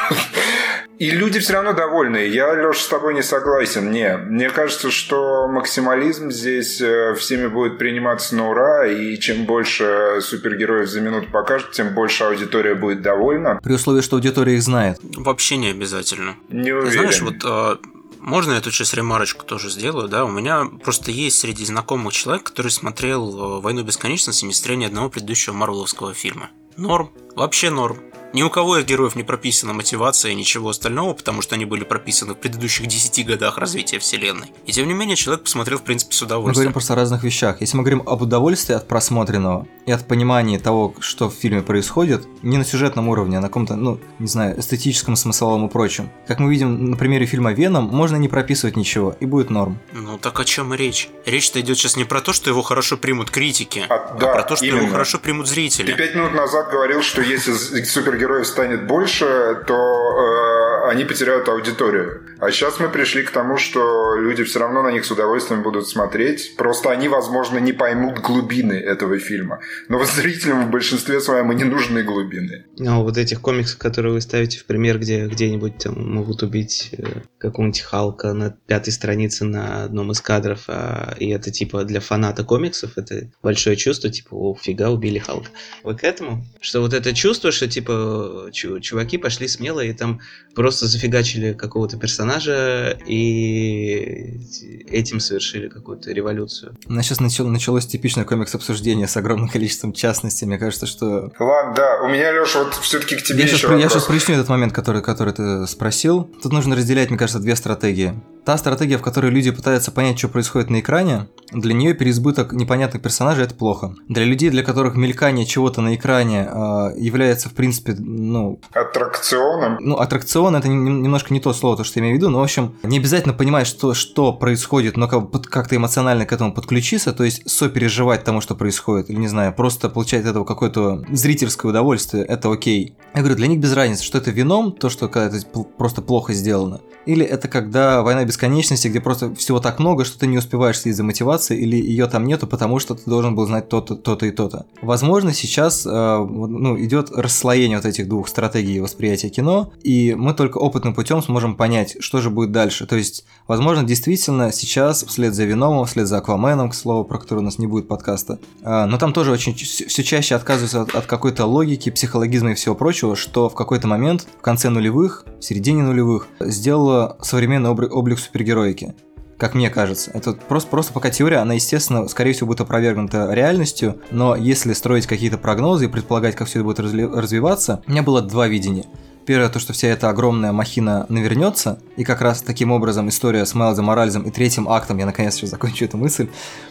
И люди все равно довольны. Я, Леша, с тобой не согласен. Не. Мне кажется, что максимализм здесь всеми будет приниматься на ура, и чем больше супергероев за минуту покажут, тем больше аудитория будет довольна.
При условии, что аудитория их знает.
Вообще не обязательно.
Не уверен.
Знаешь, вот... Можно я тут сейчас ремарочку тоже сделаю, да? У меня просто есть среди знакомых человек, который смотрел «Войну бесконечности» не смотрел ни одного предыдущего марвеловского фильма. Норм. Вообще норм. Ни у кого из героев не прописана мотивация и ничего остального, потому что они были прописаны в предыдущих десяти годах развития вселенной. И тем не менее, человек посмотрел, в принципе, с удовольствием.
Мы говорим просто о разных вещах. Если мы говорим об удовольствии от просмотренного и от понимания того, что в фильме происходит, не на сюжетном уровне, а на каком-то, ну, не знаю, эстетическом, смысловом и прочем. Как мы видим на примере фильма «Веном», можно не прописывать ничего, и будет норм.
Ну, так о чем и речь? Речь-то идет сейчас не про то, что его хорошо примут критики,
а,
а
да,
про то, что
именно.
его хорошо примут зрители.
Ты пять минут назад говорил, что если супергероев станет больше, то э, они потеряют аудиторию. А сейчас мы пришли к тому, что люди все равно на них с удовольствием будут смотреть. Просто они, возможно, не поймут глубины этого фильма. Но зрителям в большинстве своем и не нужны глубины.
Ну, вот этих комиксов, которые вы ставите в пример, где где-нибудь там могут убить какого-нибудь Халка на пятой странице на одном из кадров, а, и это типа для фаната комиксов, это большое чувство, типа, о, фига, убили Халка. Вы к этому? Что вот это чувство, что типа чуваки пошли смело и там просто зафигачили какого-то персонажа и этим совершили какую-то революцию.
У нас сейчас начало, началось типичное комикс-обсуждение с огромным количеством частностей. Мне кажется, что...
Ладно, да, у меня, Леша, вот все-таки к тебе
я
еще
сейчас,
вопрос.
Я сейчас проясню этот момент, который, который ты спросил. Тут нужно разделять, мне кажется, две стратегии. Та стратегия, в которой люди пытаются понять, что происходит на экране, для нее переизбыток непонятных персонажей – это плохо. Для людей, для которых мелькание чего-то на экране э, является, в принципе, ну...
Аттракционом?
Ну, аттракцион – это немножко не то слово, то, что я имею в виду, но, в общем, не обязательно понимать, что, что происходит, но как-то эмоционально к этому подключиться, то есть сопереживать тому, что происходит, или, не знаю, просто получать от этого какое-то зрительское удовольствие – это окей. Я говорю, для них без разницы, что это вином, то, что когда это просто плохо сделано, или это когда «Война бесконечности», где просто всего так много, что ты не успеваешь следить за мотивацией, или ее там нету, потому что ты должен был знать то-то, то-то и то-то. Возможно, сейчас э, ну, идет расслоение вот этих двух стратегий восприятия кино, и мы только опытным путем сможем понять, что же будет дальше. То есть, возможно, действительно сейчас, вслед за Веномом, вслед за Акваменом, к слову, про который у нас не будет подкаста, э, но там тоже очень все чаще отказываются от, от какой-то логики, психологизма и всего прочего, что в какой-то момент, в конце нулевых, в середине нулевых, сделало современный облик, облик супергероики. Как мне кажется. Это просто, просто пока теория, она, естественно, скорее всего, будет опровергнута реальностью, но если строить какие-то прогнозы и предполагать, как все это будет разли- развиваться, у меня было два видения. Первое, то, что вся эта огромная махина навернется, и как раз таким образом история с Майлзом Моралесом и третьим актом, я наконец сейчас закончу эту мысль,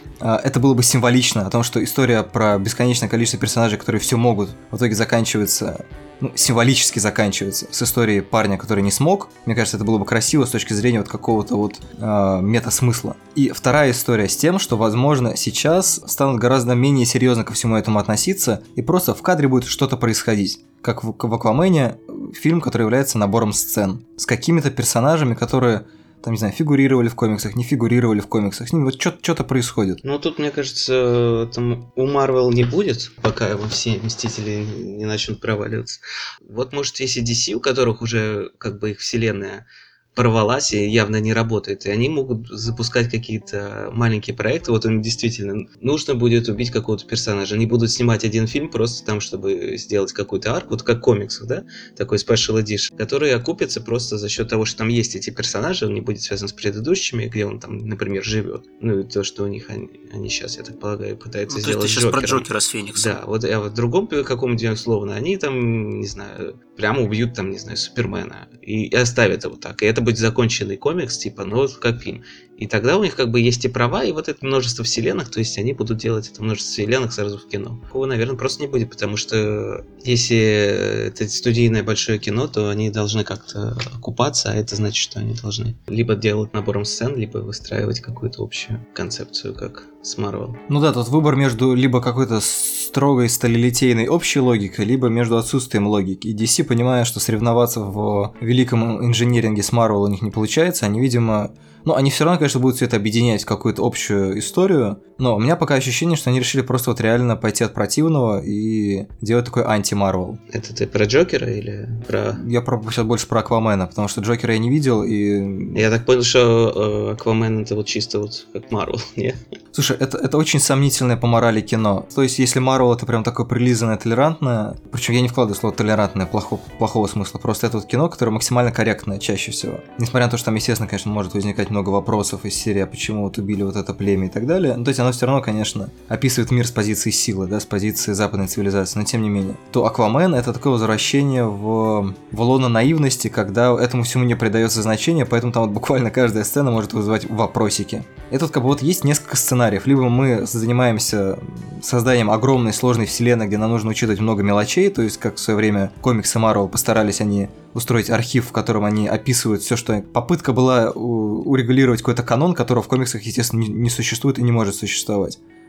это было бы символично, о том, что история про бесконечное количество персонажей, которые все могут, в итоге заканчивается... ну, символически заканчивается с историей парня, который не смог. Мне кажется, это было бы красиво с точки зрения вот какого-то вот э, мета-смысла. И вторая история с тем, что, возможно, сейчас станут гораздо менее серьезно ко всему этому относиться, и просто в кадре будет что-то происходить. Как в, в «Аквамене», фильм, который является набором сцен с какими-то персонажами, которые... там, не знаю, фигурировали в комиксах, не фигурировали в комиксах, с ними вот что-то происходит.
Ну, тут, мне кажется, там у Marvel не будет, пока все Мстители не начнут проваливаться. Вот, может, есть и ди си, у которых уже, как бы, их вселенная порвалась и явно не работает, и они могут запускать какие-то маленькие проекты, вот им действительно нужно будет убить какого-то персонажа, они будут снимать один фильм просто там, чтобы сделать какую-то арку, вот как в комиксах, да, такой special edition, который окупится просто за счет того, что там есть эти персонажи, он не будет связан с предыдущими, где он там, например, живет, ну и то, что у них они, они сейчас, я так полагаю, пытаются
ну,
сделать
ты сейчас
Джокером.
про Джокера с Фениксом.
Да, вот, а вот в другом каком-нибудь условно, они там, не знаю, прямо убьют там, не знаю, Супермена и, и оставят его так, и это будет законченный комикс, типа, ну вот как фильм. И тогда у них как бы есть и права, и вот это множество вселенных, то есть они будут делать это множество вселенных сразу в кино. Такого, наверное, просто не будет, потому что если это студийное большое кино, то они должны как-то окупаться, а это значит, что они должны либо делать набором сцен, либо выстраивать какую-то общую концепцию, как с Marvel.
Ну да, тут выбор между либо какой-то строгой сталелитейной общей логикой, либо между отсутствием логики. И ди си, понимая, что соревноваться в великом инженеринге с Marvel у них не получается, они, видимо... Ну, они все равно, конечно, будут все это объединять в какую-то общую историю, но у меня пока ощущение, что они решили просто вот реально пойти от противного и делать такой анти-Марвел.
Это ты про Джокера или про...
Я про, сейчас больше про Аквамена, потому что Джокера я не видел, и...
Я так понял, что э, Аквамен это вот чисто вот как Марвел, нет?
Слушай, это, это очень сомнительное по морали кино. То есть, если Марвел это прям такое прилизанное, толерантное, причем я не вкладываю слово толерантное плохого, плохого смысла, просто это вот кино, которое максимально корректное чаще всего. Несмотря на то, что там, естественно, конечно, может возникать много вопросов из серии, а почему вот убили вот это племя и так далее. Ну, то есть оно все равно, конечно, описывает мир с позиции силы, да, с позиции западной цивилизации, но тем не менее. То Аквамен — это такое возвращение в, в лоно наивности, когда этому всему не придается значения, поэтому там вот буквально каждая сцена может вызывать вопросики. И тут как бы вот есть несколько сценариев. Либо мы занимаемся созданием огромной сложной вселенной, где нам нужно учитывать много мелочей, то есть как в свое время комиксы Marvel постарались они устроить архив, в котором они описывают все, что... Попытка была урегулировать какой-то канон, которого в комиксах, естественно, не существует и не может существовать.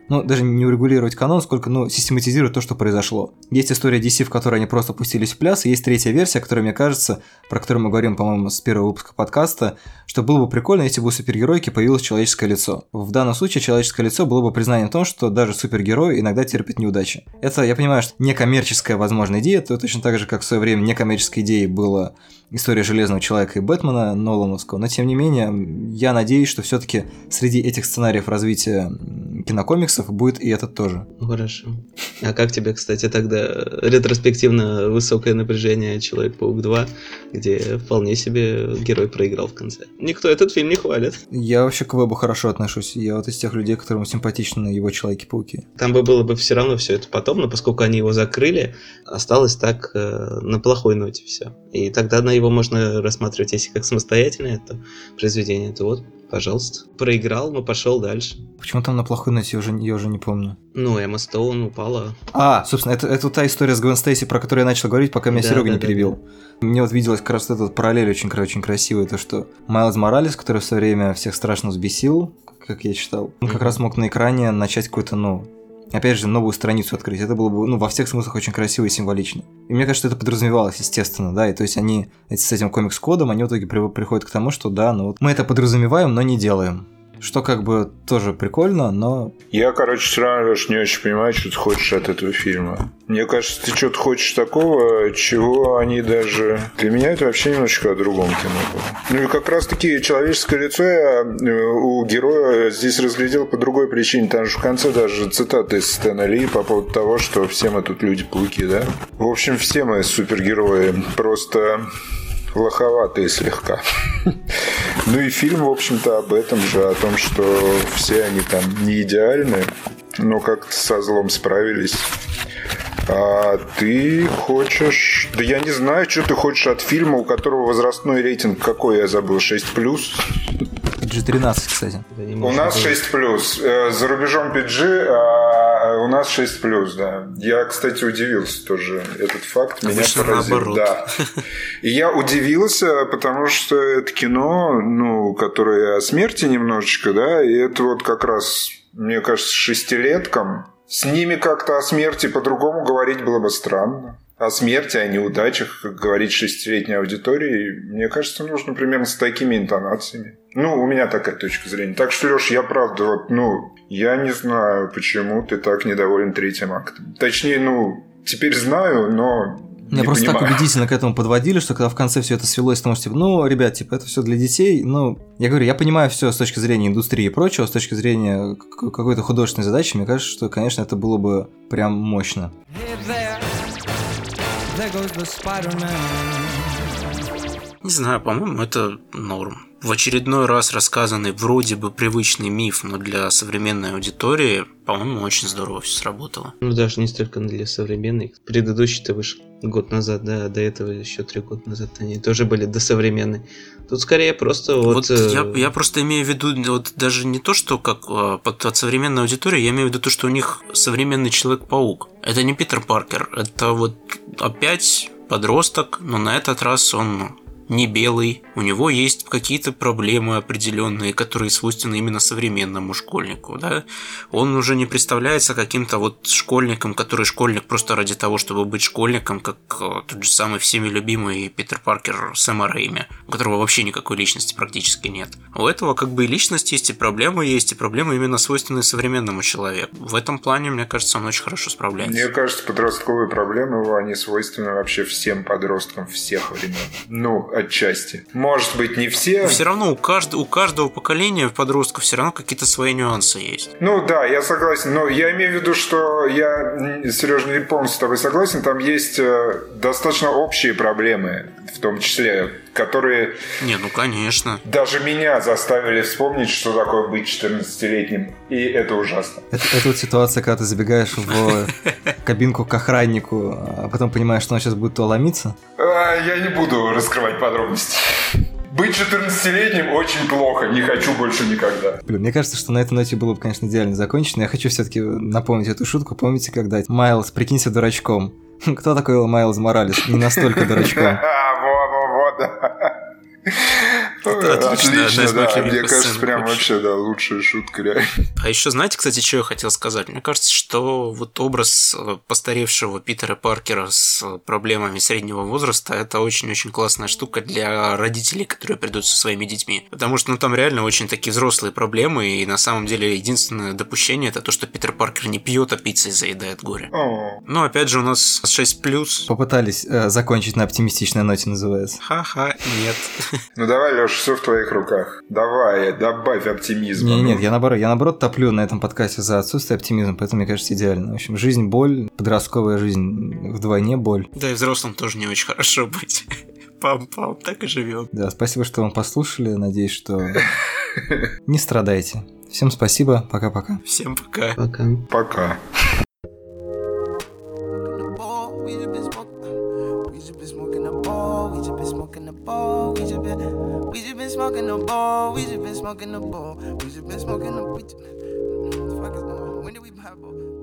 ну, даже не урегулировать канон, сколько, ну, систематизировать то, что произошло. Есть история ди си, в которой они просто пустились в пляс, и есть третья версия, которая, мне кажется, про которую мы говорим, по-моему, с первого выпуска подкаста, что было бы прикольно, если бы у супергеройки появилось человеческое лицо. В данном случае человеческое лицо было бы признанием в том, что даже супергерои иногда терпят неудачи. Это, я понимаю, что некоммерческая, возможно, идея, это точно так же, как в свое время некоммерческой идеей была история Железного Человека и Бэтмена Нолановского, но тем не менее, я надеюсь, что все-таки среди этих сценариев развития кинокомиксов будет и этот тоже.
Ну, хорошо. А как тебе, кстати, тогда ретроспективно высокое напряжение Человек-паук два, где вполне себе герой проиграл в конце? Никто этот фильм не хвалит.
Я вообще к Вебу хорошо отношусь. Я вот из тех людей, которым симпатичны его Человеки-пауки.
Там бы было бы все равно все это потом, но поскольку они его закрыли, осталось так э, на плохой ноте все. И тогда на его можно рассматривать, если как самостоятельное это произведение, то вот, пожалуйста. Проиграл, но пошел дальше.
Почему там на плохой ноте, я уже, я уже не помню.
Ну, Эмма Стоун упала.
А, собственно, это, это та история с Гвен Стейси, про которую я начал говорить, пока меня
да,
Серега
да,
не
да,
перебил.
Да.
Мне вот виделась как раз эта параллель очень, очень красивая, то, что Майлз Моралес, который в свое время всех страшно взбесил, как я читал, он mm-hmm. как раз мог на экране начать какой-то, ну, опять же, новую страницу открыть. Это было бы, ну, во всех смыслах очень красиво и символично. И мне кажется, это подразумевалось, естественно, да, и то есть они с этим комикс-кодом, они в итоге приходят к тому, что да, ну вот мы это подразумеваем, но не делаем. Что как бы тоже прикольно, но...
Я, короче, все равно не очень понимаю, что ты хочешь от этого фильма. Мне кажется, ты что-то хочешь такого, чего они даже... Для меня это вообще немножечко о другом кино было. Ну и как раз-таки человеческое лицо я у героя здесь разглядел по другой причине. Там же в конце даже цитаты из Стэна Ли по поводу того, что все мы тут люди-пауки, да? В общем, все мы супергерои. Просто... лоховатые слегка. Ну и фильм, в общем-то, об этом же, о том, что все они там не идеальны, но как-то со злом справились. А ты хочешь... Да я не знаю, что ты хочешь от фильма, у которого возрастной рейтинг какой, я забыл, шесть плюс?
пи джи тринадцать, кстати.
У нас шесть плюс. За рубежом пи джи, а у нас шесть плюс, да. Я, кстати, удивился тоже. Этот факт меня поразил. Да. И я удивился, потому что это кино, ну, которое о смерти немножечко, да, и это вот как раз, мне кажется, шестилеткам. С ними как-то о смерти по-другому говорить было бы странно. О смерти, о неудачах говорить шестилетней аудитории, мне кажется, нужно примерно с такими интонациями. Ну, у меня такая точка зрения. Так что, Лёш, я правда, вот, ну, я не знаю, почему ты так недоволен третьим актом. Точнее, ну, теперь знаю, но...
Меня просто понимаю. Так убедительно к этому подводили, что когда в конце все это свелось к тому, что, типа, ну, ребят, типа, это все для детей, ну, я говорю, я понимаю все с точки зрения индустрии и прочего, с точки зрения какой-то художественной задачи, мне кажется, что, конечно, это было бы прям мощно.
Не знаю, по-моему, это норм. В очередной раз рассказанный вроде бы привычный миф, но для современной аудитории, по-моему, очень здорово все сработало.
Ну, даже не столько для современной. Предыдущий-то вышел год назад, да, а до этого еще три года назад они тоже были досовременные. Тут скорее просто вот...
вот я, я просто имею в виду вот даже не то, что как под, от современной аудитории, я имею в виду то, что у них современный Человек-паук. Это не Питер Паркер, это вот опять подросток, но на этот раз он... не белый, у него есть какие-то проблемы определенные, которые свойственны именно современному школьнику, да? Он уже не представляется каким-то вот школьником, который школьник просто ради того, чтобы быть школьником, как тот же самый всеми любимый Питер Паркер Сэма Рэйми, у которого вообще никакой личности практически нет. У этого как бы и личность есть, и проблемы есть, и проблемы именно свойственны современному человеку. В этом плане, мне кажется, он очень хорошо справляется.
Мне кажется, подростковые проблемы его, они свойственны вообще всем подросткам всех времен. Ну, отчасти. Может быть, не все.
Все равно у, кажд... у каждого поколения подростков все равно какие-то свои нюансы есть.
Ну да, я согласен. Но я имею в виду, что я, Сережа, не полностью с тобой согласен. Там есть достаточно общие проблемы, в том числе, которые...
Не, ну конечно.
Даже меня заставили вспомнить, что такое быть четырнадцатилетним. И это ужасно.
Это, это вот ситуация, когда ты забегаешь в кабинку к охраннику, а потом понимаешь, что он сейчас будет то ломиться.
Я не буду раскрывать подробности. Быть четырнадцатилетним очень плохо, не хочу больше никогда.
Блин, мне кажется, что на этой ноте было бы, конечно, идеально закончено. Но я хочу все-таки напомнить эту шутку. Помните, когда Майлз, прикинься дурачком. Кто такой Майлз Моралес? Не настолько дурачком.
Вот-вот-вот.
Это отлично,
Отлично,
одна из моих
да.
любимых
Мне кажется,
сцен
прям
вообще.
вообще, да, лучшая шутка, реально.
А еще знаете, кстати, что я хотел сказать? Мне кажется, что вот образ э, постаревшего Питера Паркера с э, проблемами среднего возраста – это очень-очень классная штука для родителей, которые придут со своими детьми. Потому что, ну, там реально очень такие взрослые проблемы, и на самом деле единственное допущение – это то, что Питер Паркер не пьет, а пиццей заедает горе.
О,
Но, опять же, у нас шесть плюс.
Попытались э, закончить на оптимистичной ноте, называется.
Ха-ха, нет.
ну давай, Леша, все в твоих руках. Давай, добавь оптимизма.
Не,
ну.
нет, я наоборот, я наоборот топлю на этом подкасте за отсутствие оптимизма, поэтому мне кажется идеально. В общем, жизнь боль, подростковая жизнь вдвойне боль.
Да и взрослым тоже не очень хорошо быть. Пам-пам, так и живем.
Да, спасибо, что вам послушали. Надеюсь, что не страдайте. Всем спасибо, пока-пока.
Всем пока.
Пока.
Пока.
We just been smoking, we just been smoking the ball, we just been smoking the ball, we just been, we just been smoking the ball, we just been smoking the ball, we just been smoking the. We just, what the fuck is going on? When did we buy ball?